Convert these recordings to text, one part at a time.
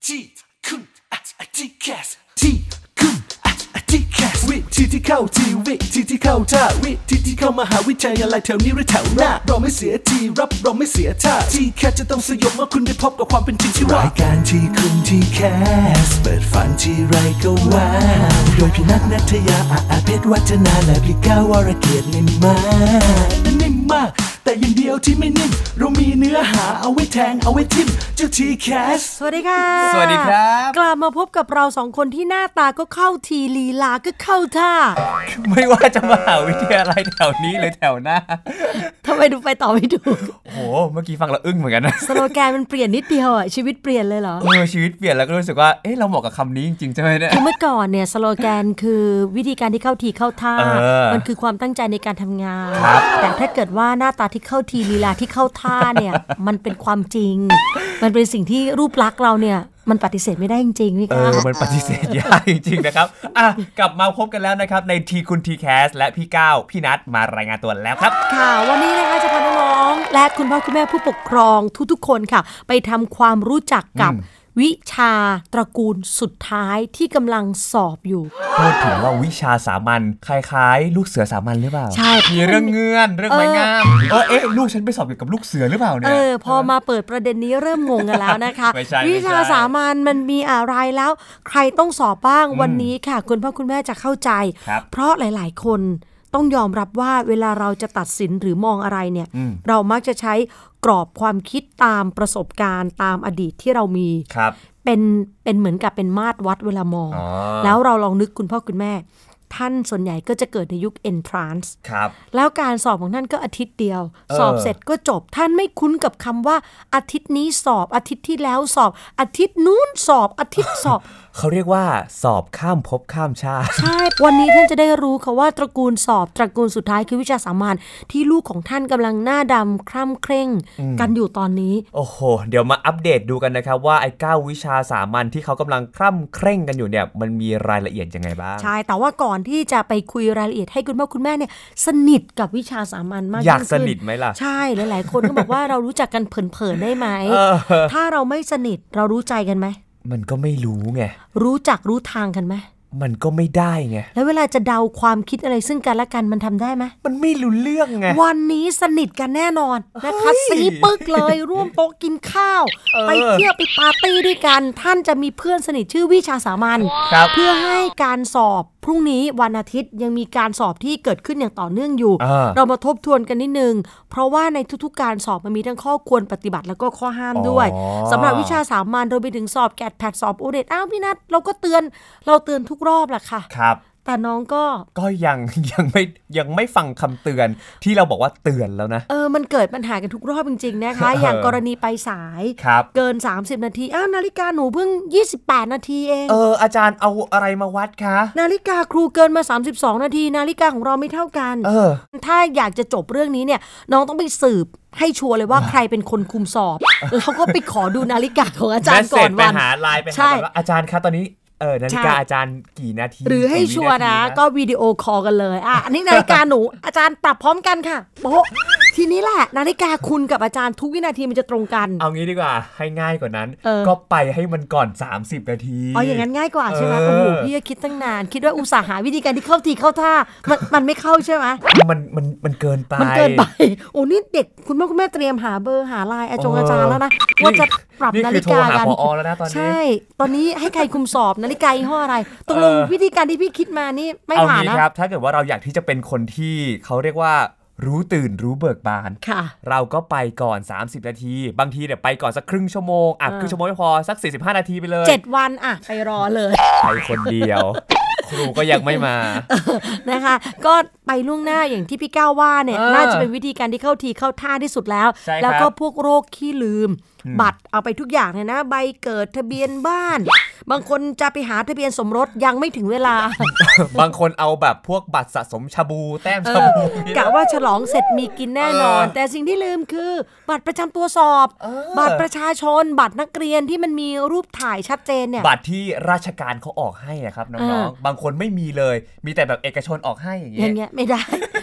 ที่คุณที่แคสที่คุณที่แคสวิธีที่เข้าทีวิธีที่เข้าท่าวิธีที่เข้ามหาวิทยาลัยแถวนี้หรือแถวหน้าเราไม่เสียทีรับเราไม่เสียท่าที่แคสจะต้องสยบเมื่อคุณได้พบกับความเป็นจริงที่ว่ารายการที่คุณที่แคสเปิดฝันที่ไรก็ว่าโดยพี่นัทณัฐยาเพชรวัฒนาและพี่ก้าววรเกียรตินิ่มมากแต่อย่างเดียวที่ไม่นิ่มเรามีเนื้อหาเอาไว้แทงเอาไว้ทิมเจ้าทีแคสสวัสดีค่ะสวัสดีครับกลับมาพบกับเราสองคนที่หน้าตาก็เข้าทีลีลาก็เข้าท่าไม่ว่าจะมหาวิทยาลัยแถวนี้หรือแถวหน้าทำไมดูไปต่อไม่ถูกโอ้เมื่อกี้ฟังแล้วอึ้งเหมือนกันนะสโลแกนมันเปลี่ยนนิดเดียวอ่ะชีวิตเปลี่ยนเลยเหรอชีวิตเปลี่ยนแล้วก็รู้สึกว่าเอ๊ะเราเหมาะกับคำนี้จริงๆใช่ไหมเนี่ยคือเมื่อก่อนเนี่ยสโลแกนคือวิธีการที่เข้าทีเข้าท่ามันคือความตั้งใจในการทำงานแต่ถ้าเกิดว่าหน้าตาที่เข้าทีลีลาที่เข้าท่าเนี่ยมันเป็นความจริงมันเป็นสิ่งที่รูปลักษณ์เราเนี่ยมันปฏิเสธไม่ได้จริงๆนี่ค่ะมันปฏิเสธยากจริงๆนะครับกลับมาพบกันแล้วนะครับในทีคุณทีแคสและพี่ก้าวพี่นัทมารายงานตัวแล้วครับค่ะวันนี้นะคะจะพาน้องๆและคุณพ่อคุณแม่ผู้ปกครองทุกๆคนค่ะไปทำความรู้จักกับวิชาตระกูลสุดท้ายที่กำลังสอบอยู่พูดถึงว่าวิชาสามัญคล้ายๆลูกเสือสามัญหรือเปล่าใช่มีเรื่องเงื่อนเรื่องไม้งามลูกฉันไปสอบเกี่ยวกับลูกเสือหรือเปล่าเนี่ยพอมาเปิดประเด็นนี้เริ่มงงกันแล้วนะคะ วิชาสามัญมันมีอะไรแล้วใครต้องสอบบ้างวันนี้ค่ะคุณพ่อคุณแม่จะเข้าใจเพราะหลายๆคนต้องยอมรับว่าเวลาเราจะตัดสินหรือมองอะไรเนี่ยเรามักจะใช้กรอบความคิดตามประสบการณ์ตามอดีตที่เรามีเป็นเหมือนกับเป็นมาตรวัดเวลามองแล้วเราลองนึกคุณพ่อคุณแม่ท่านส่วนใหญ่ก็จะเกิดในยุค entrance แล้วการสอบของท่านก็อาทิตย์เดียวสอบเสร็จก็จบท่านไม่คุ้นกับคำว่าอาทิตย์นี้สอบอาทิตย์ที่แล้วสอบอาทิตย์นู้นสอบอาทิตย์สอบเขาเรียกว่าสอบข้ามภพข้ามชาติใช่วันนี้ท่านจะได้รู้ค่ะว่าตระกูลสอบตระกูลสุดท้ายคือวิชาสามัญที่ลูกของท่านกำลังหน้าดำคร่ำเคร่งกันอยู่ตอนนี้โอ้โหเดี๋ยวมาอัปเดตดูกันนะครับว่าไอ้9วิชาสามัญที่เขากำลังคร่ำเคร่งกันอยู่เนี่ยมันมีรายละเอียดยังไงบ้างใช่แต่ว่าก่อนที่จะไปคุยรายละเอียดให้คุณพ่อคุณแม่เนี่ยสนิทกับวิชาสามัญมากอยากสนิทไหมล่ะใช่หลายๆคนก็บอกว่าเรารู้จักกันเผินๆได้ไหมถ้าเราไม่สนิทเรารู้ใจกันไหมมันก็ไม่รู้ไงรู้จักรู้ทางกันไหมมันก็ไม่ได้ไงแล้วเวลาจะเดาความคิดอะไรซึ่งกันและกันมันทำได้ไหมมันไม่รู้เรื่องไงวันนี้สนิทกันแน่นอนนะคะซีปึกเลยร่วมโต๊ะกินข้าวไปเที่ยวไปปาร์ตี้ด้วยกันท่านจะมีเพื่อนสนิทชื่อวิชาสามัญเพื่อให้การสอบพรุ่งนี้วันอาทิตย์ยังมีการสอบที่เกิดขึ้นอย่างต่อเนื่องอยู่เรามาทบทวนกันนิดนึงเพราะว่าในทุกๆการสอบมันมีทั้งข้อควรปฏิบัติแล้วก็ข้อห้ามด้วยสำหรับวิชาสามัญโดยไปถึงสอบแกดแพดสอบโอเน็ตพี่นัทเราเตือนทุกรอบแหละค่ะครับแต่น้องก็ยังไม่ฟังคำเตือนที่เราบอกว่าเตือนแล้วนะมันเกิดปัญหากันทุกรอบจริงๆนะคะอย่างกรณีไปสายเกิน30นาทีนาฬิกาหนูเพิ่ง28นาทีเองอาจารย์เอาอะไรมาวัดคะนาฬิกาครูเกินมา32นาทีนาฬิกาของเราไม่เท่ากันถ้าอยากจะจบเรื่องนี้เนี่ยน้องต้องไปสืบให้ชัวร์เลยว่าใครเป็นคนคุมสอบแล้วก็ไปขอดูนาฬิกาของอาจารย์ก่อนวันไปหาไลน์ไปหาว่าอาจารย์คะตอนนี้นาฬิกาอาจารย์กี่นาทีหรือให้ชัวร์นะก็วิดีโอคอลกันเลยอันนี้นาฬิกาหนูอาจารย์ปรับพร้อมกันค่ะโป๊ะทีนี้แหละนาฬิกาคุณกับอาจารย์ทุกวินาทีมันจะตรงกันเอางี้ดีกว่าให้ง่ายกว่านั้นก็ไปให้มันก่อน30นาทีอย่างนั้นง่ายกว่าใช่ไหมโอ้โหพี่ก็คิดตั้งนานคิดว่าอุตส่าห์หาวิธีการที่เข้าทีเข้าท่ามันไม่เข้าใช่ไหมมันเกินไปโอ้นี่เด็กคุณพ่อคุณแม่เตรียมหาเบอร์หาไลน์อาจารย์แล้วนะว่าจะปรับนาฬิกากันใช่ตอนนี้ให้ใครคุมสอบนาฬิกายี่ห้ออะไรตกลงวิธีการที่พี่คิดมานี่ไม่ผ่านนะครับถ้าเกิดว่าเราอยากที่จะเป็นคนที่เขาเรียกว่ารู้ตื่นรู้เบิกบานเราก็ไปก่อน30นาทีบางทีเนี่ยไปก่อนสักครึ่งชั่วโมงครึ่งชั่วโมงไม่พอสัก45นาทีไปเลย 7วันไปรอเลยไปคนเดียวครูก็ยังไม่มานะคะก็ไปล่วงหน้าอย่างที่พี่ก้าวว่าเนี่ยน่าจะเป็นวิธีการที่เข้าทีเข้าท่าที่สุดแล้วแล้วก็พวกโรคขี้ลืมบัตรเอาไปทุกอย่างเลยนะใบเกิดทะเบียนบ้านบางคนจะไปหาทะเบียนสมรสยังไม่ถึงเวลาบางคนเอาแบบพวกบัตรสะสมชาบูแต้มชาบูกะว่าฉลองเสร็จมีกินแน่นอนแต่สิ่งที่ลืมคือบัตรประจำตัวสอบบัตรประชาชนบัตรนักเรียนที่มันมีรูปถ่ายชัดเจนเนี่ยบัตรที่ราชการเขาออกให้ครับน้องๆบางคนไม่มีเลยมีแต่แบบเอกชนออกให้อย่างเงี้ยไม่ได้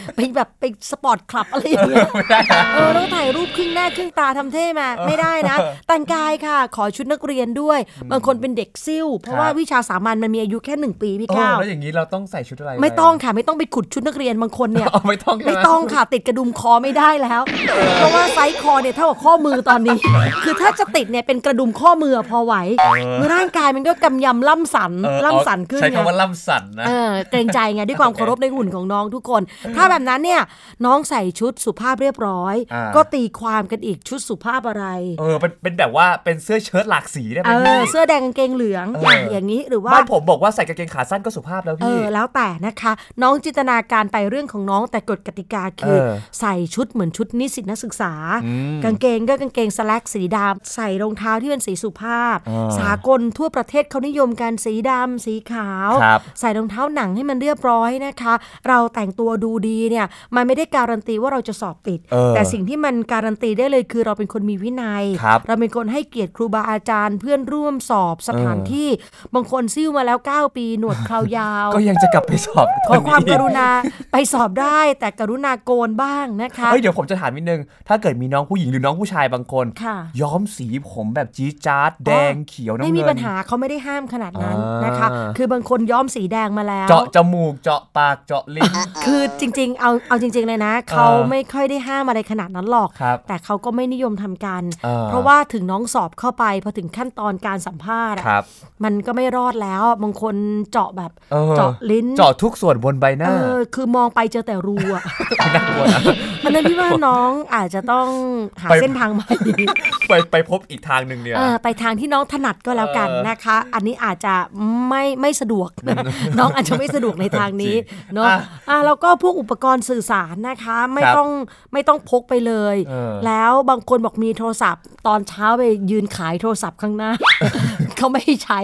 ไปแบบไปสปอร์ตคลับอะไรอย่างเงี้ยต้องถ่ายรูปครึ่งหน้าครึ่งตาทำเท่มาไม่ได้นะแต่งกายค่ะขอชุดนักเรียนด้วยบางคนเป็นเด็กซิ่วเพราะว่าวิชาสามัญมันมีอายุแค่1 ปีพี่ก้าวแล้วอย่างนี้เราต้องใส่ชุดอะไรไม่ต้องค่ะไม่ต้องไปขุดชุดนักเรียนบางคนเนี่ยไม่ต้องค่ะติดกระดุมคอไม่ได้แล้วเพราะว่าไซส์คอเนี่ยเท่ากับข้อมือตอนนี้คือถ้าจะติดเนี่ยเป็นกระดุมข้อมือพอไหวร่างกายมันก็กำยำล่ำสันขึ้นใช้คำว่าล่ำสันนะเกรงใจไงด้วยความเคารพในหุ่นของน้องทุกคนถ้าแบบนั้นเนี่ยน้องใส่ชุดสุภาพเรียบร้อยก็ตีความกันอีกชุดสุภาพอะไรเป็นแบบว่าเป็นเสื้อเชิ้ตหลากสีได้ไหมเสื้อแดงกางเกงเหลืองอย่างนี้หรือว่าบ้านผมบอกว่าใส่กางเกงขาสั้นก็สุภาพแล้วพี่แล้วแต่นะคะน้องจินตนาการไปเรื่องของน้องแต่กฎกติกาคือใส่ชุดเหมือนชุดนิสิตนักศึกษากางเกงก็กางเกงสแลกสีดำใส่รองเท้าที่เป็นสีสุภาพสากลทั่วประเทศเขานิยมกันสีดำสีขาวใส่รองเท้าหนังให้มันเรียบร้อยนะคะเราแต่งตัวดูดีเนี่ยมันไม่ได้การันตีว่าเราจะสอบติดแต่สิ่งที่มันการันตีได้เลยคือเราเป็นคนมีวินัยเราเป็นคนให้เกียรติครูบาอาจารย์เพื่อนร่วมสอบสถานที่บางคนซิ่วมาแล้ว9 ปีหนวดคราวยาวก็ยังจะกลับไปสอบขอความกรุณาไปสอบได้แต่กรุณาโกนบ้างนะคะเดี๋ยวผมจะถามนิดนึงถ้าเกิดมีน้องผู้หญิงหรือน้องผู้ชายบางคนย้อมสีผมแบบจี๊ดจ๊าดแดงเขียวน้ำเงินไม่มีปัญหาเขาไม่ได้ห้ามขนาดนั้นนะคะคือบางคนย้อมสีแดงมาแล้วเจาะจมูกเจาะปากเจาะลิ้นคือจริงๆเอาจริงๆเลยนะเขาไม่ค่อยได้ห้ามอะไรขนาดนั้นหรอกแต่เขาก็ไม่นิยมทำกันเพราะว่าถึงน้องสอบเข้าไปพอถึงขั้นตอนการสัมภาษณ์มันก็ไม่รอดแล้วบางคนเจาะแบบเจาะลิ้นเจาะทุกส่วนบนใบหน้าคือมองไปเจอแต่รูอ่ะอันนั้นพี่ว่าน้องอาจจะต้องหาเส้นทางใหม่ไปพบอีกทางนึงเนี่ยไปทางที่น้องถนัดก็แล้วกันนะคะอันนี้อาจจะไม่สะดวกน้องอาจจะไม่สะดวกในทางนี้เนาะแล้วก็พวกอุปกรณ์สื่อสารนะคะไม่ต้องพกไปเลยแล้วบางคนบอกมีโทรศัพท์ตอนเช้าไปยืนขายโทรศัพท์ข้างหน้าเขาไม่ใช้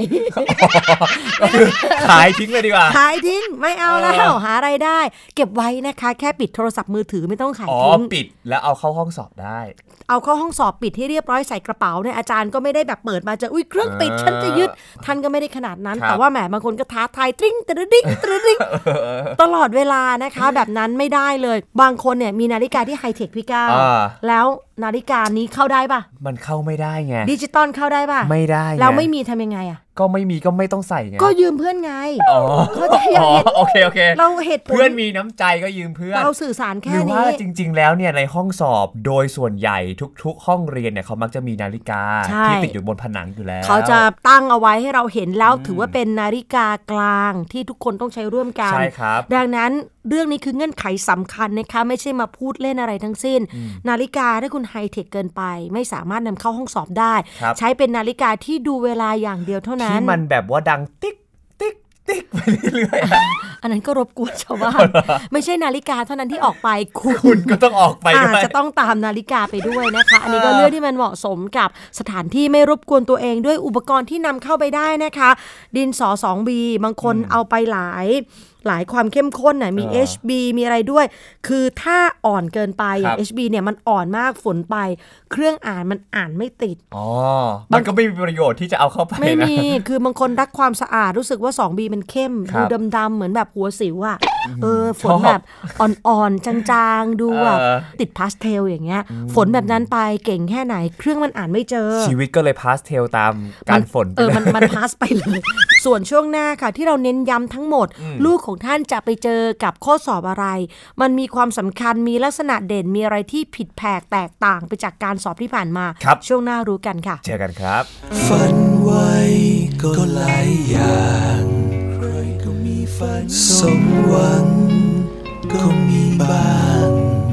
ขายทิ้งเลยดีกว่าขายทิ้งไม่เอาแล้วหาอะไรได้เก็บไว้นะคะแค่ปิดโทรศัพท์มือถือไม่ต้องขายทิ้งปิดแล้วเอาเข้าห้องสอบได้เอาเข้าห้องสอบปิดให้เรียบร้อยใส่กระเป๋าเนี่ยอาจารย์ก็ไม่ได้แบบเปิดมาจะเครื่องปิดฉันจะยึดท่านก็ไม่ได้ขนาดนั้นแต่ว่าแหมบางคนก็ท้าทายตริ้งตระดิ้งตระดิ้งตลอดเวลานะคะแบบนั้นไม่ได้เลยบางคนเนี่ยมีนาฬิกาที่ไฮเทคพี่ก้าวแล้วนาฬิกานี้เข้าได้ป่ะมันเข้าไม่ได้ไงดิจิตอลเข้าได้ป่ะไม่ได้แล้วไม่มีทำยังไงอ่ะก็ไม่มีก็ไม่ต้องใส่ไงก็ยืมเพื่อนไงโอเคเราเหตุผลเพื่อนมีน้ำใจก็ยืมเพื่อนเราสื่อสารแค่นี้หรือว่าจริงๆแล้วเนี่ยในห้องสอบโดยส่วนใหญ่ทุกห้องเรียนเนี่ยเขามักจะมีนาฬิกาที่ติดอยู่บนผนังอยู่แล้วเขาจะตั้งเอาไว้ให้เราเห็นแล้วถือว่าเป็นนาฬิกากลางที่ทุกคนต้องใช้ร่วมกันใช่ครับดังนั้นเรื่องนี้คือเงื่อนไขสำคัญนะคะไม่ใช่มาพูดเล่นอะไรทั้งสิ้นนาฬิกาถ้าคุณไฮเทคเกินไปไม่สามารถนำเข้าห้องสอบได้ใช้เป็นนาฬิกาที่ดูเวลาอย่างเดียวเท่านั้นที่มันแบบว่าดังติ๊กติ๊กติ๊กไปเรื่อยๆอันนั้นก็รบกวนชาวบ้านไม่ใช่นาฬิกาเท่านั้นที่ออกไปคุณก็ต้องออกไปด้วยจะต้องตามนาฬิกาไปด้วยนะคะอันนี้ก็เรื่องที่มันเหมาะสมกับสถานที่ไม่รบกวนตัวเองด้วยอุปกรณ์ที่นำเข้าไปได้นะคะดินสอ 2B บางคนเอาไปหลายความเข้มข้นน่ะมี HB มีอะไรด้วยคือถ้าอ่อนเกินไปอย่าง HB เนี่ยมันอ่อนมากฝนไปเครื่องอ่านมันอ่านไม่ติดมันก็ไม่มีประโยชน์ที่จะเอาเข้าไปไม่มีคือบางคนรักความสะอาดรู้สึกว่า 2B มันเข้มดูดำๆเหมือนแบบหัวสิวอ่ะฝนแบบอ่อนๆจางๆดูแบบติดพาสเทลอย่างเงี้ยฝนแบบนั้นไปเก่งแค่ไหนเครื่องมันอ่านไม่เจอชีวิตก็เลยพาสเทลตามการฝนมันพาสไปเลยส่วนช่วงหน้าค่ะที่เราเน้นย้ำทั้งหมดลูกของท่านจะไปเจอกับข้อสอบอะไรมันมีความสำคัญมีลักษณะเด่นมีอะไรที่ผิดแผกแตกต่างไปจากการสอบที่ผ่านมาช่วงหน้ารู้กันค่ะเจอกันครับฝันไว้ก็หลายอย่างใครก็มีฝันสมหวังก็มีบ้าง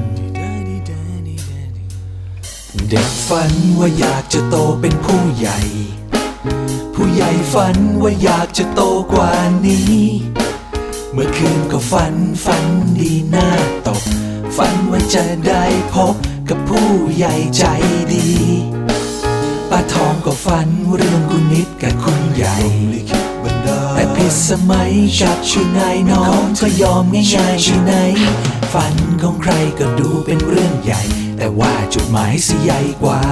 เด็กฝันว่าอยากจะโตเป็นผู้ใหญ่ผู้ใหญ่ฝันว่าอยากจะโตกว่านี้เมื่อคืนก็ฝันดีหน้าตกฝันว่าจะได้พบกับผู้ใหญ่ใจดีป้าทองก็ฝันเรื่องคุณนิดกับคุณใหญ่แต่ผิดสมัยกับชูนายน้องก็ยอมง่ายๆใช่ไหมฝันของใครก็ดูเป็นเรื่องใหญ่แต่ว่าจุดหมายสิใหญ่กว่า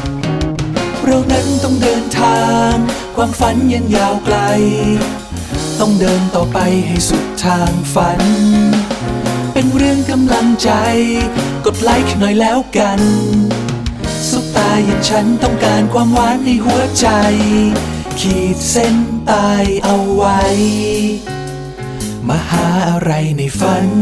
เรานั้นต้องเดินทางความฝันยังยาวไกลต้องเดินต่อไปให้สุดทางฝันเป็นเรื่องกำลังใจกดไลค์หน่อยแล้วกันซุปตาอย่างฉันต้องการความหวานในหัวใจขีดเส้นตายเอาไว้มาหาอะไรในฝัน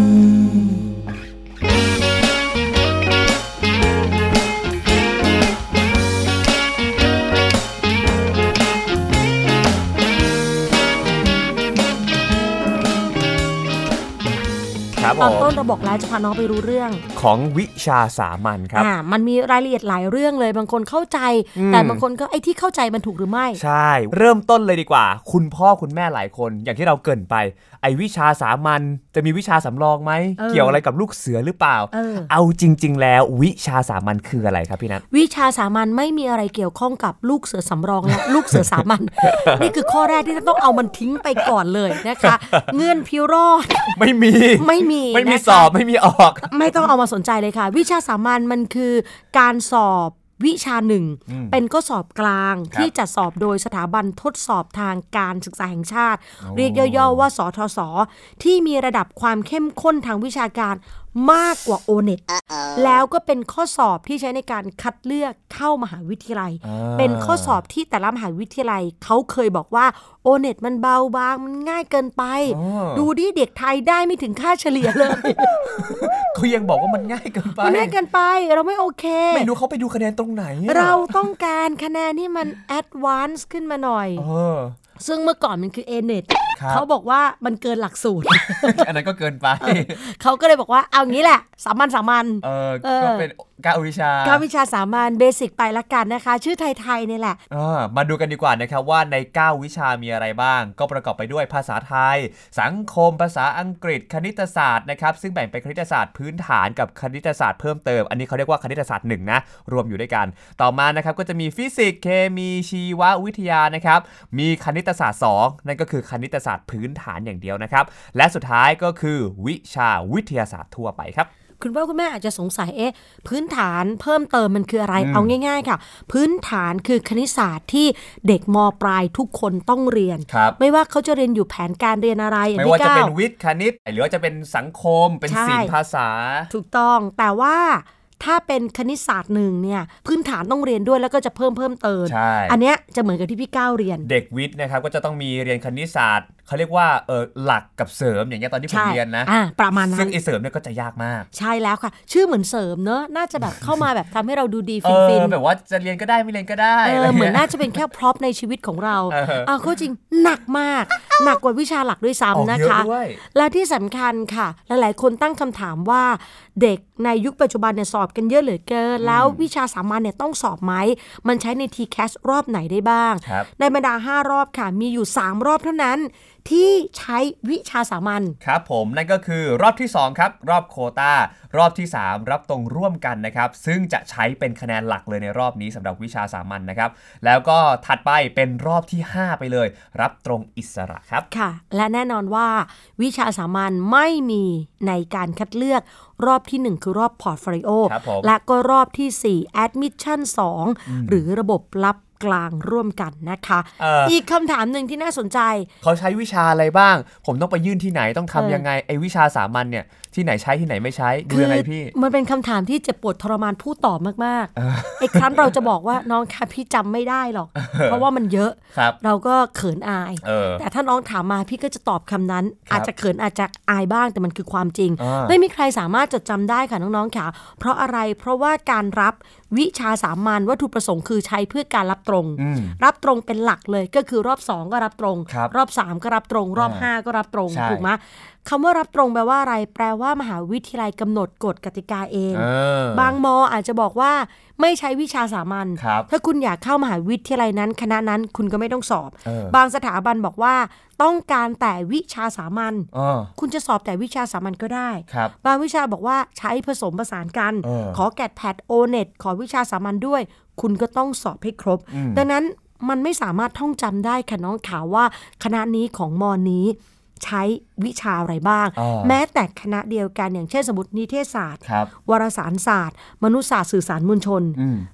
ตอนต้นเราบอกแล้วจะพาน้องไปรู้เรื่องของวิชาสามัญครับมันมีรายละเอียดหลายเรื่องเลยบางคนเข้าใจแต่บางคนก็ไอ้ที่เข้าใจมันถูกหรือไม่ใช่เริ่มต้นเลยดีกว่าคุณพ่อคุณแม่หลายคนอย่างที่เราเกริ่นไปไอ้วิชาสามัญจะมีวิชาสำรองไหมเกี่ยวอะไรกับลูกเสือหรือเปล่าเอาจริงๆแล้ววิชาสามัญคืออะไรครับพี่นัทวิชาสามัญไม่มีอะไรเกี่ยวข้องกับลูกเสือสำรองและลูกเสือสามัญ นี่คือข้อแรกที่ต้องเอามันทิ้งไปก่อนเลยนะคะเงื่อนพิรอดไม่มีสอบไม่มีออกไม่ต้องเอามาสนใจเลยค่ะวิชาสามัญมันคือการสอบวิชาหนึ่งเป็นข้อสอบกลางที่จัดสอบโดยสถาบันทดสอบทางการศึกษาแห่งชาติเรียกย่อๆว่าสทศ.ที่มีระดับความเข้มข้นทางวิชาการมากกว่า O-NET แล้วก็เป็นข้อสอบที่ใช้ในการคัดเลือกเข้ามหาวิทยาลัยเป็นข้อสอบที่แต่ละมหาวิทยาลัยเขาเคยบอกว่า O-NET มันเบาบางมันง่ายเกินไปดูดิเด็กไทยได้ไม่ถึงค่าเฉลี่ยเลยเขายังบอกว่ามันง่ายเกินไปมันง่ายเกินไปเราไม่โอเคไม่รู้เขาไปดูคะแนนตรงไหนเราต้องการคะแนนที่มัน advance ขึ้นมาหน่อยซึ่งเมื่อก่อนมันคือ A-NET เขาบอกว่ามันเกินหลักสูตรอันนั้นก็เกินไปเขาก็เลยบอกว่าเอางี้แหละสามัญก็เป็น9 วิชา 9 วิชาสามัญเบสิกไปละกันนะคะชื่อไทยๆนี่แหละมาดูกันดีกว่านะครับว่าใน9วิชามีอะไรบ้างก็ประกอบไปด้วยภาษาไทยสังคมภาษาอังกฤษคณิตศาสตร์นะครับซึ่งแบ่งเป็นคณิตศาสตร์พื้นฐานกับคณิตศาสตร์เพิ่มเติมอันนี้เขาเรียกว่าคณิตศาสตร์1นะรวมอยู่ด้วยกันต่อมานะครับก็จะมีฟิสิกส์เคมีชีววิทยานะครับมีคณิตศาสตร์2นั่นก็คือคณิตศาสตร์พื้นฐานอย่างเดียวนะครับและสุดท้ายก็คือวิชาวิทยาศาสตร์ทั่วไปครับคุณพ่อคุณแม่อาจจะสงสัยพื้นฐานเพิ่มเติมมันคืออะไรเอาง่ายๆค่ะพื้นฐานคือคณิตศาสตร์ที่เด็กม.ปลายทุกคนต้องเรียนไม่ว่าเขาจะเรียนอยู่แผนการเรียนอะไรไม่ว่าจะเป็นวิทย์คณิตหรือว่าจะเป็นสังคมเป็นศิลป์ภาษาถูกต้องแต่ว่าถ้าเป็นคณิตศาสตร์1เนี่ยพื้นฐานต้องเรียนด้วยแล้วก็จะเพิ่มเติมอันเนี้ยจะเหมือนกับที่พี่ก้าวเรียนเด็กวิทย์นะครับก็จะต้องมีเรียนคณิตศาสตร์เขาเรียกว่าหลักกับเสริมอย่างเงี้ยตอนที่ผมเรียนนะประมาณนั้นซึ่งไอ้เสริมเนี่ยก็จะยากมากใช่แล้วค่ะชื่อเหมือนเสริมเนอะน่าจะแบบเข้ามาแบบทำให้เราดูดีฟินๆแบบว่าจะเรียนก็ได้ไม่เรียนก็ได้เหมือนน่าจะเป็นแค่พร็อพในชีวิตของเราก็จริงหนักมากหนักกว่าวิชาหลักด้วยซ้ำนะคะและที่สำคัญค่ะหลายๆคนตั้งคำถามว่าเด็กในยุคปัจจุบันเนี่ยสอบกันเยอะเหลือเกินแล้ววิชาสามัญเนี่ยต้องสอบไหมมันใช้ใน TCAS รอบไหนได้บ้างในบรรดา5รอบค่ะมีอยู่3รอบเท่านั้นที่ใช้วิชาสามัญครับผมนั่นก็คือรอบที่2ครับรอบโควต้ารอบที่3รับตรงร่วมกันนะครับซึ่งจะใช้เป็นคะแนนหลักเลยในรอบนี้สำหรับวิชาสามัญนะครับแล้วก็ถัดไปเป็นรอบที่5ไปเลยรับตรงอิสระครับค่ะและแน่นอนว่าวิชาสามัญไม่มีในการคัดเลือกรอบที่1คือรอบพอร์ตโฟลิโอและก็รอบที่4 Admission 2หรือระบบรับกลางร่วมกันนะคะอีกคำถามหนึ่งที่น่าสนใจเขาใช้วิชาอะไรบ้างผมต้องไปยื่นที่ไหนต้องทำยังไงไอ้วิชาสามัญเนี่ยที่ไหนใช้ที่ไหนไม่ใช้ดูยังไงพี่มันเป็นคำถามที่เจ็บปวดทรมานผู้ตอบมากๆไอ้ครั้นเราจะบอกว่าน้องค่ะพี่จำไม่ได้หรอกเพราะว่ามันเยอะเราก็เขินอายแต่ถ้าน้องถามมาพี่ก็จะตอบคำนั้นอาจจะเขินอาจจะอายบ้างแต่มันคือความจริงไม่มีใครสามารถจดจำได้ค่ะน้องๆค่ะเพราะอะไรเพราะว่าการรับวิชาสามัญวัตถุประสงค์คือใช้เพื่อการรับตรงเป็นหลักเลยก็คือรอบ2ก็รับตรงรอบ3ก็รับตรงรอบ5ก็รับตรงถูกไหมคำว่ารับตรงแปลว่าอะไรแปลว่ามหาวิทยาลัยกำหนดกฎกติกาเองบางม.อาจจะบอกว่าไม่ใช้วิชาสามัญถ้าคุณอยากเข้ามหาวิทยาลัยนั้นคณะนั้นคุณก็ไม่ต้องสอบบางสถาบันบอกว่าต้องการแต่วิชาสามัญคุณจะสอบแต่วิชาสามัญก็ได้บางวิชาบอกว่าใช้ผสมผสานกันขอแกดแพดโอเน็ตขอวิชาสามัญด้วยคุณก็ต้องสอบให้ครบดังนั้นมันไม่สามารถท่องจำได้ค่ะน้องข่าวว่าคณะนี้ของม.นี้ใช้วิชาอะไรบ้างแม้แต่คณะเดียวกันอย่างเช่นสมมตินิเทศศาสตร์วารสารศาสตร์มนุษยศาสตร์สื่อสารมวลชน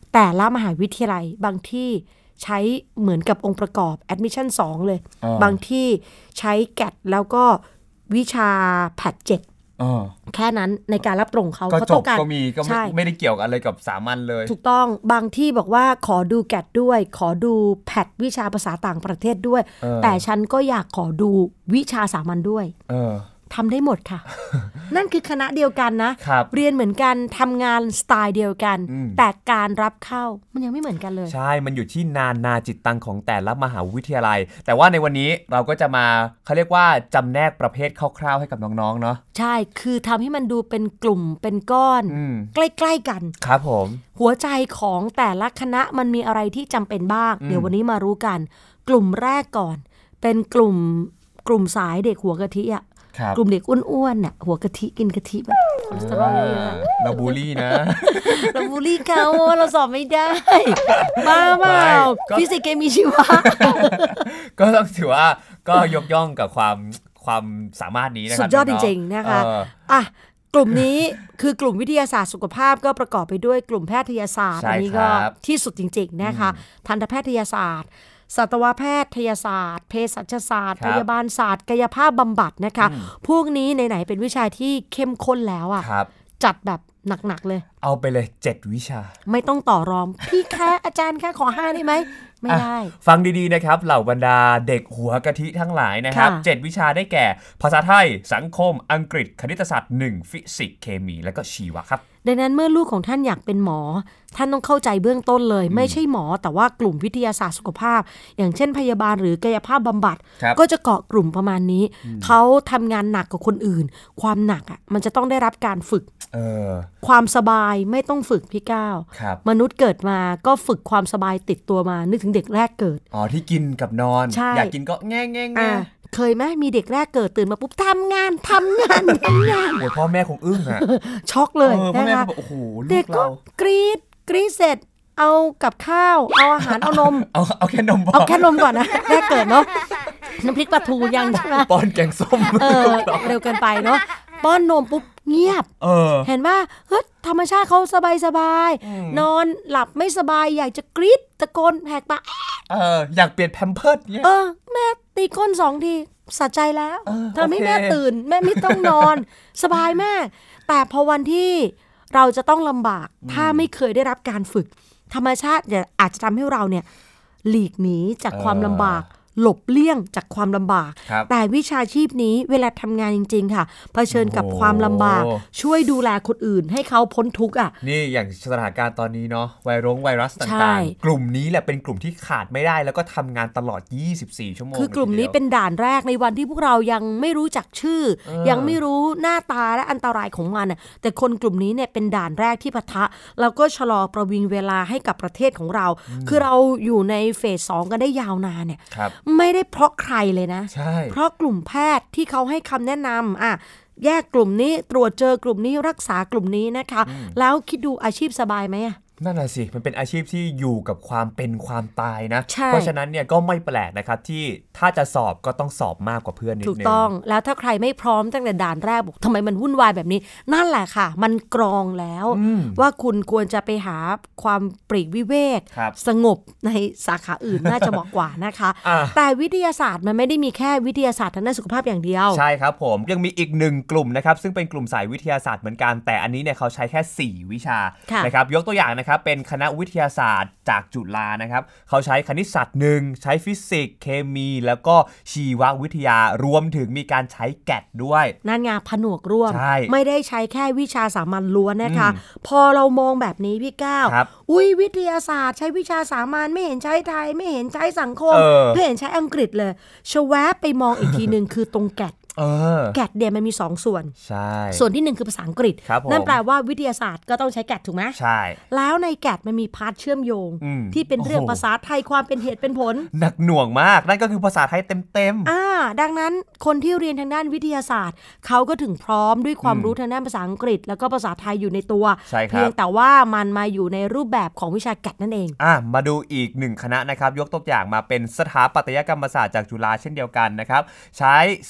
แต่ละมหาวิทยาลัยบางที่ใช้เหมือนกับองค์ประกอบ admission 2 เลยบางที่ใช้แกดแล้วก็วิชาแพท7แค่นั้นในการรับตรงเขาก็จบก็มีก็ไม่ได้เกี่ยวกับอะไรกับสามัญเลยถูกต้องบางที่บอกว่าขอดูแกดด้วยขอดูแพทวิชาภาษาต่างประเทศด้วยแต่ฉันก็อยากขอดูวิชาสามัญด้วยทำได้หมดค่ะ นั่นคือคณะเดียวกันนะเรียนเหมือนกันทำงานสไตล์เดียวกันแต่การรับเข้ามันยังไม่เหมือนกันเลยใช่มันอยู่ที่นาจิตตังของแต่ละมหาวิทยาลัยแต่ว่าในวันนี้เราก็จะมาเขาเรียกว่าจำแนกประเภทคร่าวๆให้กับน้องๆเนาะใช่คือทำให้มันดูเป็นกลุ่มเป็นก้อนใกล้ๆกันครับผมหัวใจของแต่ละคณะมันมีอะไรที่จำเป็นบ้างเดี๋ยววันนี้มารู้กันกลุ่มแรกก่อนเป็นกลุ่มสายเด็กหัวกะทิอ่ะกลุ่มเด็กอ้วนๆน่ะหัวกะทิกินกะทิแบบคอเลสเตอรอลเยอะๆเราบูลลี่นะเราบูลลี่เขาเราสอบไม่ได้บ้าเปล่าฟิสิกส์เคมีชีวะก็ต้องถือว่าก็ยกย่องกับความสามารถนี้นะครับสุดยอดจริงๆนะคะกลุ่มนี้คือกลุ่มวิทยาศาสตร์สุขภาพก็ประกอบไปด้วยกลุ่มแพทยศาสตร์อันนี้ก็ที่สุดจริงๆนะคะทันตแพทยศาสตร์สัตวแพทยศาสตร์เภสัชศาสตร์พยาบาลศาสตร์กายภาพบำบัดนะคะพวกนี้ไหนๆเป็นวิชาที่เข้มข้นแล้วอ่ะจัดแบบหนักๆเลยเอาไปเลย7วิชาไม่ต้องต่อรองพี่คะอาจารย์คะขอ5ได้ไหมไม่ได้ฟังดีๆนะครับเหล่าบรรดาเด็กหัวกะทิทั้งหลายนะครับ7วิชาได้แก่ภาษาไทยสังคมอังกฤษคณิตศาสตร์1ฟิสิกส์เคมีและก็ชีวะครับดังนั้นเมื่อลูกของท่านอยากเป็นหมอท่านต้องเข้าใจเบื้องต้นเลยไม่ใช่หมอแต่ว่ากลุ่มวิทยาศาสตร์สุขภาพอย่างเช่นพยาบาลหรือกายภาพบำบัดก็จะเกาะกลุ่มประมาณนี้เขาทำงานหนักกว่าคนอื่นความหนักอ่ะมันจะต้องได้รับการฝึกความสบายไม่ต้องฝึกพี่ก้าวมนุษย์เกิดมาก็ฝึกความสบายติดตัวมานึกถึงเด็กแรกเกิดที่กินกับนอนอยากกินก็แง่เคยไหมมีเด็กแรกเกิดตื่นมาปุ๊บทำงานโอ้ยพ่อแม่คงอึ้งอะช็อกเลยนะคะเด็กก็กรี๊ดเสร็จเอากับข้าวเอาอาหารเอานมเอาแค่นมก่อนนะแรกเกิดเนาะน้ำพริกปลาทูยังใช่ไหมป้อนแกงส้มเร็วเกินไปเนาะป้อนนมปุ๊บเงียบเห็นว่าเฮ้ยธรรมชาติเขาสบายนอนหลับไม่สบายอยากจะกรี๊ดตะโกนแหกปากอยากเปลี่ยนแพมเพิร์สเนี่ยแม่ตีก้น2 ทีสะใจแล้วทำให้แม่ตื่นแม่ไม่ต้องนอนสบายแม่แต่พอวันที่เราจะต้องลำบากถ้าไม่เคยได้รับการฝึกธรรมชาติเนี่ยอาจจะทำให้เราเนี่ยหลีกหนีจากความลำบากหลบเลี่ยงจากความลำบากแต่วิชาชีพนี้เวลาทำงานจริงๆค่ะเผชิญกับความลำบากช่วยดูแลคนอื่นให้เขาพ้นทุกข์นี่อย่างสถานการณ์ตอนนี้เนาะไวรัสต่างๆกลุ่มนี้แหละเป็นกลุ่มที่ขาดไม่ได้แล้วก็ทำงานตลอด24ชั่วโมงคือกลุ่มนี้เป็นด่านแรกในวันที่พวกเรายังไม่รู้จักชื่อยังไม่รู้หน้าตาและอันตรายของมันแต่คนกลุ่มนี้เนี่ยเป็นด่านแรกที่ปะทะแล้วก็ชะลอประวิงเวลาให้กับประเทศของเราคือเราอยู่ในเฟส 2กันได้ยาวนานเนี่ยไม่ได้เพราะใครเลยนะเพราะกลุ่มแพทย์ที่เขาให้คำแนะนำแยกกลุ่มนี้ตรวจเจอกลุ่มนี้รักษากลุ่มนี้นะคะแล้วคิดดูอาชีพสบายไหมนั่นแหละสิมันเป็นอาชีพที่อยู่กับความเป็นความตายนะเพราะฉะนั้นเนี่ยก็ไม่แปลกนะครับที่ถ้าจะสอบก็ต้องสอบมากกว่าเพื่อนนิดนึงถูกต้องแล้วถ้าใครไม่พร้อมตั้งแต่ด่านแรกบอกทำไมมันวุ่นวายแบบนี้นั่นแหละค่ะมันกรองแล้วว่าคุณควรจะไปหาความปลีกวิเวกสงบในสาขาอื่น น่าจะเหมาะกว่านะคะแต่วิทยาศาสตร์มันไม่ได้มีแค่วิทยาศาสตร์ทางด้านสุขภาพอย่างเดียวใช่ครับผมยังมีอีก1กลุ่มนะครับซึ่งเป็นกลุ่มสายวิทยาศาสตร์เหมือนกันแต่อันนี้เนี่ยเขาใช้แค่4วิชานะครับยกตัวอย่างนะครับเป็นคณะวิทยาศาสตร์จากจุฬานะครับเขาใช้คณิตศาสตร์1ใช้ฟิสิกส์เคมีแล้วก็ชีววิทยารวมถึงมีการใช้แกดด้วยนั่นไงผนวกร่วมไม่ได้ใช้แค่วิชาสามัญล้วนนะคะพอเรามองแบบนี้พี่ก้าววิทยาศาสตร์ใช้วิชาสามัญไม่เห็นใช้ไทยไม่เห็นใช้สังคมไม่เห็นใช้อังกฤษเลยชแวบไปมองอีกทีนึงคือตรงแกดแกดเดียมันมี2ส่วนใช่ส่วนที่1คือภาษาอังกฤษนั่นแปลว่าวิทยาศาสตร์ก็ต้องใช้แกดถูกไหมใช่แล้วในแกดมันมีพาร์ทเชื่อมโยงที่เป็นเรื่องภาษาไทยความเป็นเหตุเป็นผลหนักหน่วงมากนั่นก็คือภาษาไทยเต็มดังนั้นคนที่เรียนทางด้านวิทยาศาสตร์เขาก็ถึงพร้อมด้วยความรู้ทางด้านภาษาอังกฤษแล้วก็ภาษาไทยอยู่ในตัวเพียงแต่ว่ามันมาอยู่ในรูปแบบของวิชาแกดนั่นเองมาดูอีก1คณะนะครับยกตัวอย่างมาเป็นสถาปัตยกรรมศาสตร์จากจุฬาเช่นเดียวกันนะครับใช้4วิชา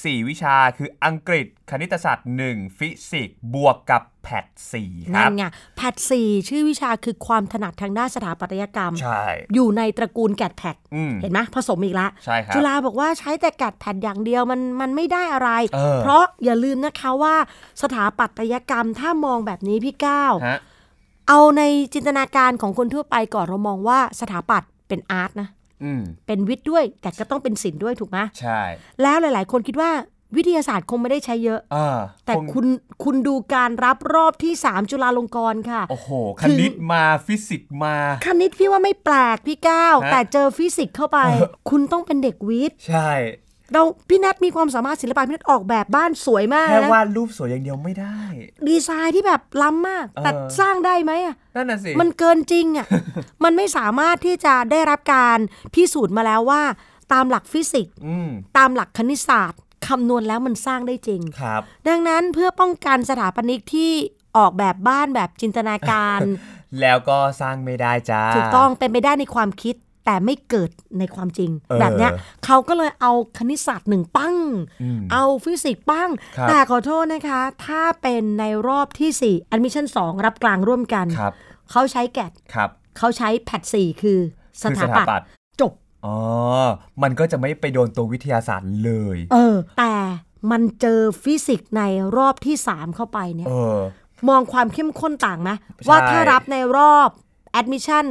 าคืออังกฤษคณิตศาสตร์1ฟิสิกส์บวกกับแพท4ครับนั่นไงแพท4ชื่อวิชาคือความถนัดทางด้านสถาปัตยกรรมใช่อยู่ในตระกูลแกดแพทเห็นไหมผสมอีกละใช่ครับจุฬาบอกว่าใช้แต่แกดแพทอย่างเดียวมันไม่ได้อะไรเพราะอย่าลืมนะคะว่าสถาปัตยกรรมถ้ามองแบบนี้พี่ก้าวเอาในจินตนาการของคนทั่วไปก่อนเรามองว่าสถาปัตย์เป็นอาร์ตนะเป็นวิทย์ด้วยแต่ก็ต้องเป็นศิลป์ด้วยถูกไหมใช่แล้วหลายๆคนคิดว่าวิทยาศาสตร์คงไม่ได้ใช้เยอะแต่คุณดูการรับรอบที่3จุฬาลงกรณ์ค่ะโอ้โหคณิตมาฟิสิกส์มาคณิตพี่ว่าไม่แปลกพี่ก้าวแต่เจอฟิสิกส์เข้าไปคุณต้องเป็นเด็กวิทย์ใช่พี่นัทมีความสามารถศิลปะพี่นัทออกแบบบ้านสวยมากแค่วาดรูปสวยอย่างเดียวไม่ได้ดีไซน์ที่แบบล้ำมากแต่สร้างได้ไหมอ่ะนั่นน่ะสิมันเกินจริงอ่ะ มันไม่สามารถที่จะได้รับการพิสูจน์มาแล้วว่าตามหลักฟิสิกส์ตามหลักคณิตศาสตร์คำนวณแล้วมันสร้างได้จริงครับดังนั้นเพื่อป้องกันสถาปนิกที่ออกแบบบ้านแบบจินตนาการแล้วก็สร้างไม่ได้จ้าถูกต้องเป็นไปได้ในความคิดแต่ไม่เกิดในความจริงแบบเนี้ยเขาก็เลยเอาคณิตศาสตร์1ปั้งเอาฟิสิกส์ปั้งแต่ขอโทษนะคะถ้าเป็นในรอบที่4 Admission 2รับกลางร่วมกันเขาใช้แกดเขาใช้แพท4คือสถาปัตย์จบมันก็จะไม่ไปโดนตัววิทยาศาสตร์เลยแต่มันเจอฟิสิกส์ในรอบที่3เข้าไปเนี่ยมองความเข้มข้นต่างไหมว่าถ้ารับในรอบ Admission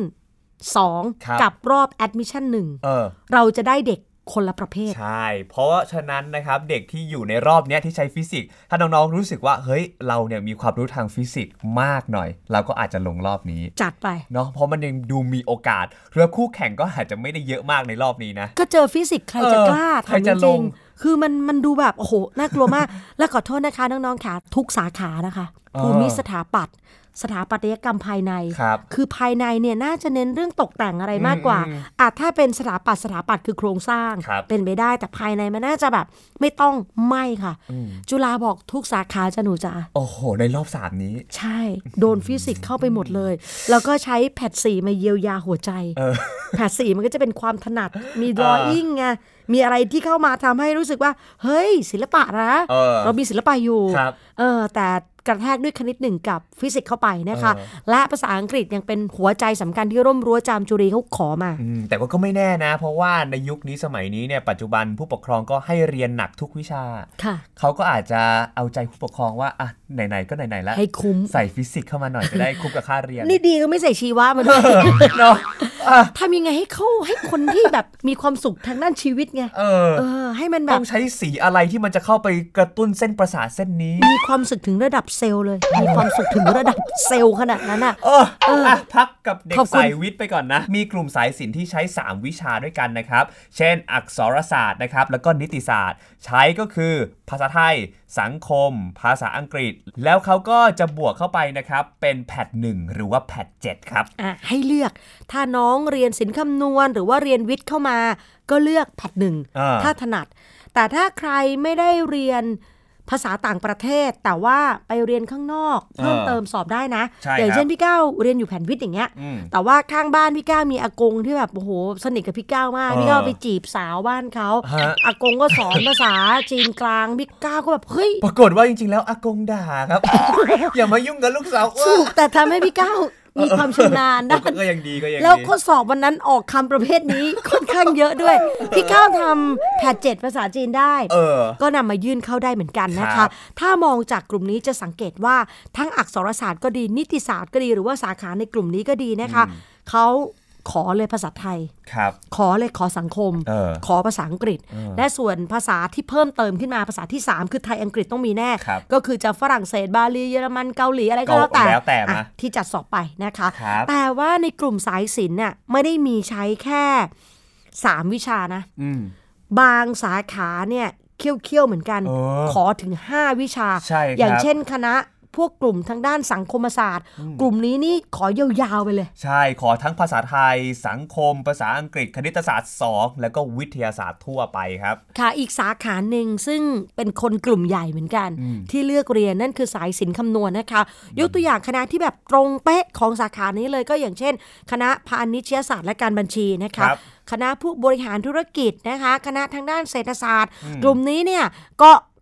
2กับรอบ Admission 1เราจะได้เด็กคนละประเภทใช่เพราะฉะนั้นนะครับเด็กที่อยู่ในรอบนี้ที่ใช้ฟิสิกส์ถ้าน้องๆรู้สึกว่าเฮ้ยเราเนี่ยมีความรู้ทางฟิสิกส์มากหน่อยเราก็อาจจะลงรอบนี้จัดไปเนาะเพราะมันยังดูมีโอกาสเรือคู่แข่งก็อาจจะไม่ได้เยอะมากในรอบนี้นะก็เจอฟิสิกส์ใครจะกล้าทำจริงๆคือมันดูแบบโอ้โหน่ากลัวมาก และขอโทษนะคะน้องๆค่ะทุกสาขานะคะภูมิสถาปัตย์สถาปัตยกรรมภายในคือภายในเนี่ยน่าจะเน้นเรื่องตกแต่งอะไรมากกว่าถ้าเป็นสถาปัตย์คือโครงสร้างเป็นไปได้แต่ภายในมันน่าจะแบบไม่ต้องไม่ค่ะจุฬาบอกทุกสาขาจะหนูจ๋าโอ้โหในรอบ3นี้ใช่โดนฟิสิกส์เข้าไปหมดเลยแล้วก็ใช้แพท4มาเยียวยาหัวใจแพท4มันก็จะเป็นความถนัดมี drawing ไงมีอะไรที่เข้ามาทำให้รู้สึกว่าเฮ้ยศิลปะนะเรามีศิลปะอยู่แต่กระแทกด้วยคณิต1กับฟิสิกส์เข้าไปนะคะและภาษาอังกฤษยังเป็นหัวใจสำคัญที่ร่มรั้วจามจุรีเขาขอมาแต่ก็ไม่แน่นะเพราะว่าในยุคนี้สมัยนี้เนี่ยปัจจุบันผู้ปกครองก็ให้เรียนหนักทุกวิชาเขาก็อาจจะเอาใจผู้ปกครองว่าอ่ะไหนๆก็ไหนๆแล้วให้คุ้มใส่ฟิสิกส์เข้ามาหน่อยจะได้คุ้มกับค่าเรียนนี่ดีก็ไม่ใส่ชีวะมาด้วยเนาะทำยังไงให้คนที่แบบมีความสุขทางด้านชีวิตไงให้มันแบบต้องใช้สีอะไรที่มันจะเข้าไปกระตุ้นเส้นประสาทเส้นนี้มีความสุขถึงระดับเซลล์เลยมีความสุขถึงระดับเซลล์ขนาดนั้นพักกับเด็กสายวิทย์ไปก่อนนะมีกลุ่มสายศิลป์ที่ใช้3วิชาด้วยกันนะครับเช่นอักษรศาสตร์นะครับแล้วก็นิติศาสตร์ใช้ก็คือภาษาไทยสังคมภาษาอังกฤษแล้วเขาก็จะบวกเข้าไปนะครับเป็นแพท1หรือว่าแพท7ครับให้เลือกถ้าน้องเรียนศิลป์คำนวณหรือว่าเรียนวิทย์เข้ามาก็เลือกแพท1ถ้าถนัดแต่ถ้าใครไม่ได้เรียนภาษาต่างประเทศแต่ว่าไปเรียนข้างนอกเพิ่มเติมสอบได้นะอย่างเช่นพี่ก้าวเรียนอยู่แผนวิทย์อย่างเงี้ยแต่ว่าข้างบ้านพี่ก้าวมีอากงที่แบบโอ้โหสนิทกับพี่ก้าวมากพี่ก้าวไปจีบสาวบ้านเขาอากงก็สอนภาษาจีนกลางพี่ก้าวก็แบบเฮ้ยปรากฏว่าจริงๆแล้วอากงด่าครับ อย่ามายุ่งกับลูกสาวแต่ทำให้พี่ก้าวมีความชำนาญนะก็ยังดีแล้วข้อสอบวันนั้นออกคำประเภทนี้ค่อนข้างเยอะด้วยพี่ก้าวทำแพท7ภาษาจีนได้ก็นำมายื่นเข้าได้เหมือนกันนะคะถ้ามองจากกลุ่มนี้จะสังเกตว่าทั้งอักษรศาสตร์ก็ดีนิติศาสตร์ก็ดีหรือว่าสาขาในกลุ่มนี้ก็ดีนะคะเขาขอเลยภาษาไทยขอเลยขอสังคมขอภาษาอังกฤษและส่วนภาษาที่เพิ่มเติมขึ้นมาภาษาที่3คือไทยอังกฤษต้องมีแน่ก็คือจะฝรั่งเศสบาลีเยอรมันเกาหลีอะไรก็แล้วแต่ที่จัดสอบไปนะคะแต่ว่าในกลุ่มสายศิลป์เนี่ยไม่ได้มีใช้แค่3วิชานะบางสาขาเนี่ยเคี่ยวๆเหมือนกันขอถึง5วิชาอย่างเช่นคณะพวกกลุ่มทางด้านสังคมศาสตร์กลุ่มนี้นี่ขอยาวๆไปเลยใช่ขอทั้งภาษาไทยสังคมภาษาอังกฤษคณิตศาสตร์2แล้วก็วิทยาศาสตร์ทั่วไปครับค่ะอีกสาขาหนึ่งซึ่งเป็นคนกลุ่มใหญ่เหมือนกันที่เลือกเรียนนั่นคือสายศิลป์คำนวณนะคะยกตัวอย่างคณะที่แบบตรงเป๊ะของสาขานี้เลยก็อย่างเช่นคณะพาณิชยศาสตร์และการบัญชีนะคะคณะผู้บริหารธุรกิจนะคะคณะทางด้านเศรษฐศาสตร์กลุ่มนี้เนี่ยก็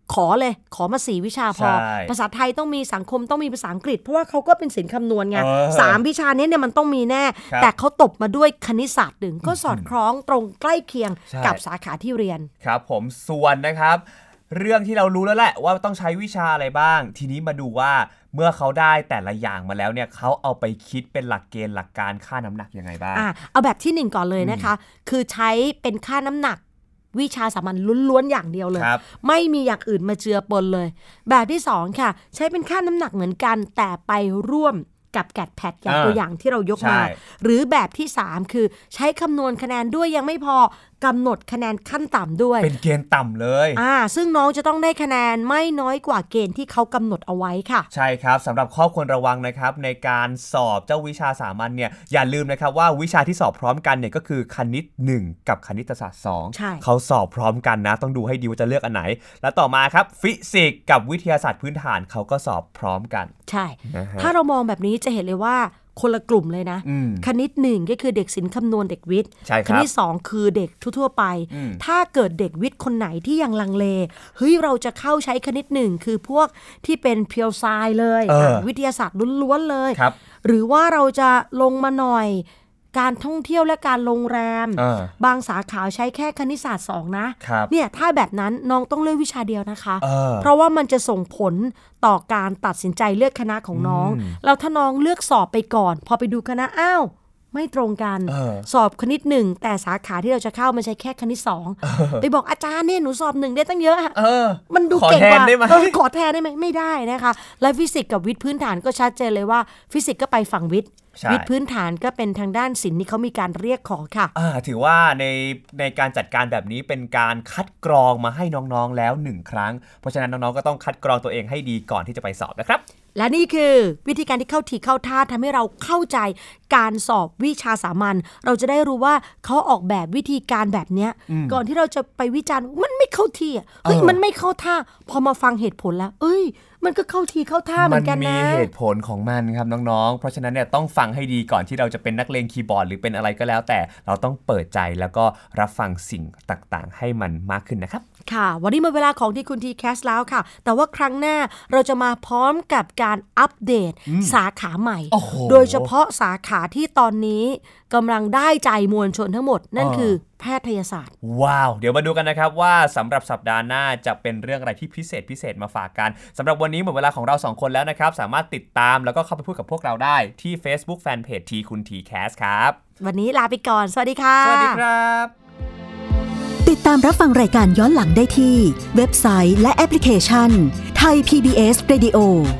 ขอมา4วิชาพอภาษาไทยต้องมีสังคมต้องมีภาษาอังกฤษเพราะว่าเขาก็เป็นศิลป์คำนวณไง3วิชานี้เนี่ยมันต้องมีแน่แต่เขาตบมาด้วยคณิตศาสตร์1ก็สอดคล้องตรงใกล้เคียงกับสาขาที่เรียนครับผมส่วนนะครับเรื่องที่เรารู้แล้วแหละว่าต้องใช้วิชาอะไรบ้างทีนี้มาดูว่าเมื่อเขาได้แต่ละอย่างมาแล้วเนี่ยเขาเอาไปคิดเป็นหลักเกณฑ์หลักการค่าน้ำหนักยังไงบ้างเอาแบบที่1ก่อนเลยนะคะคือใช้เป็นค่าน้ำหนักวิชาสามัญล้วนๆอย่างเดียวเลยไม่มีอย่างอื่นมาเจือปนเลยแบบที่2ค่ะใช้เป็นค่าน้ำหนักเหมือนกันแต่ไปร่วมกับแกดแพดอย่างตัวอย่างที่เรายกมาหรือแบบที่3คือใช้คำนวณคะแนนด้วยยังไม่พอกำหนดคะแนนขั้นต่ำด้วยเป็นเกณฑ์ต่ำเลยซึ่งน้องจะต้องได้คะแนนไม่น้อยกว่าเกณฑ์ที่เขากำหนดเอาไว้ค่ะใช่ครับสำหรับข้อควรระวังนะครับในการสอบเจ้าวิชาสามัญเนี่ยอย่าลืมนะครับว่าวิชาที่สอบพร้อมกันเนี่ยก็คือคณิต1กับคณิตศาสตร์2เขาสอบพร้อมกันนะต้องดูให้ดีว่าจะเลือกอันไหนแล้วต่อมาครับฟิสิกส์กับวิทยาศาสตร์พื้นฐานเขาก็สอบพร้อมกันใช่ถ้าเรามองแบบนี้จะเห็นเลยว่าคนละกลุ่มเลยนะคณิต1ก็คือเด็กศิลป์คำนวณเด็กวิทย์คณิต2คือเด็กทั่วๆไปถ้าเกิดเด็กวิทย์คนไหนที่ยังลังเลเฮ้ยเราจะเข้าใช้คณิต1คือพวกที่เป็นเพียวไซน์เลยวิทยาศาสตร์ล้วนๆเลยหรือว่าเราจะลงมาหน่อยการท่องเที่ยวและการโรงแรมบางสาขาใช้แค่คณิตศาสตร์2นะเนี่ยถ้าแบบนั้นน้องต้องเลือกวิชาเดียวนะคะเพราะว่ามันจะส่งผลต่อการตัดสินใจเลือกคณะของน้องแล้วถ้าน้องเลือกสอบไปก่อนพอไปดูคณะไม่ตรงกันสอบคณิต1แต่สาขาที่เราจะเข้ามันใช้แค่คณิต2ไปบอกอาจารย์เนี่ยหนูสอบ1ได้ตั้งเยอะมันดูเก่งกว่าขอแทนได้ไหมไม่ได้นะคะและฟิสิกส์กับวิทย์พื้นฐานก็ชัดเจนเลยว่าฟิสิกส์ก็ไปฝั่งวิทย์พื้นฐานก็เป็นทางด้านศิลป์นี่เขามีการเรียกขอค่ะถือว่าในการจัดการแบบนี้เป็นการคัดกรองมาให้น้องๆแล้ว1ครั้งเพราะฉะนั้นน้องๆก็ต้องคัดกรองตัวเองให้ดีก่อนที่จะไปสอบนะครับและนี่คือวิธีการที่เข้าทีเข้าท่าทำให้เราเข้าใจการสอบวิชาสามัญเราจะได้รู้ว่าเขาออกแบบวิธีการแบบนี้ก่อนที่เราจะไปวิจารณ์มันไม่เข้าทีเฮ้ยมันไม่เข้าท่าพอมาฟังเหตุผลแล้วมันก็เข้าทีเข้าท่าเหมือนกันนะมันมีเหตุผลของมันครับน้องๆเพราะฉะนั้นเนี่ยต้องฟังให้ดีก่อนที่เราจะเป็นนักเลงคีย์บอร์ดหรือเป็นอะไรก็แล้วแต่เราต้องเปิดใจแล้วก็รับฟังสิ่งต่างๆให้มันมากขึ้นนะครับค่ะวันนี้หมดเวลาของที่คุณทีแคสแล้วค่ะแต่ว่าครั้งหน้าเราจะมาพร้อมกับการอัปเดตสาขาใหม่โดยเฉพาะสาขาที่ตอนนี้กำลังได้ใจมวลชนทั้งหมดนั่นคือแพทยศาสตร์ว้าวเดี๋ยวมาดูกันนะครับว่าสำหรับสัปดาห์หน้าจะเป็นเรื่องอะไรที่พิเศษมาฝากกันสำหรับวันนี้หมดเวลาของเรา2คนแล้วนะครับสามารถติดตามแล้วก็เข้าไปพูดกับพวกเราได้ที่ Facebook Fanpage ทีคุณทีแคสครับวันนี้ลาไปก่อนสวัสดีค่ะสวัสดีครับติดตามรับฟังรายการย้อนหลังได้ที่เว็บไซต์และแอปพลิเคชัน Thai PBS Radio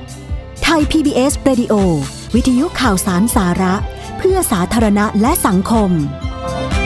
Thai PBS Radio วิทยุข่าวสารสาระเพื่อสาธารณะและสังคม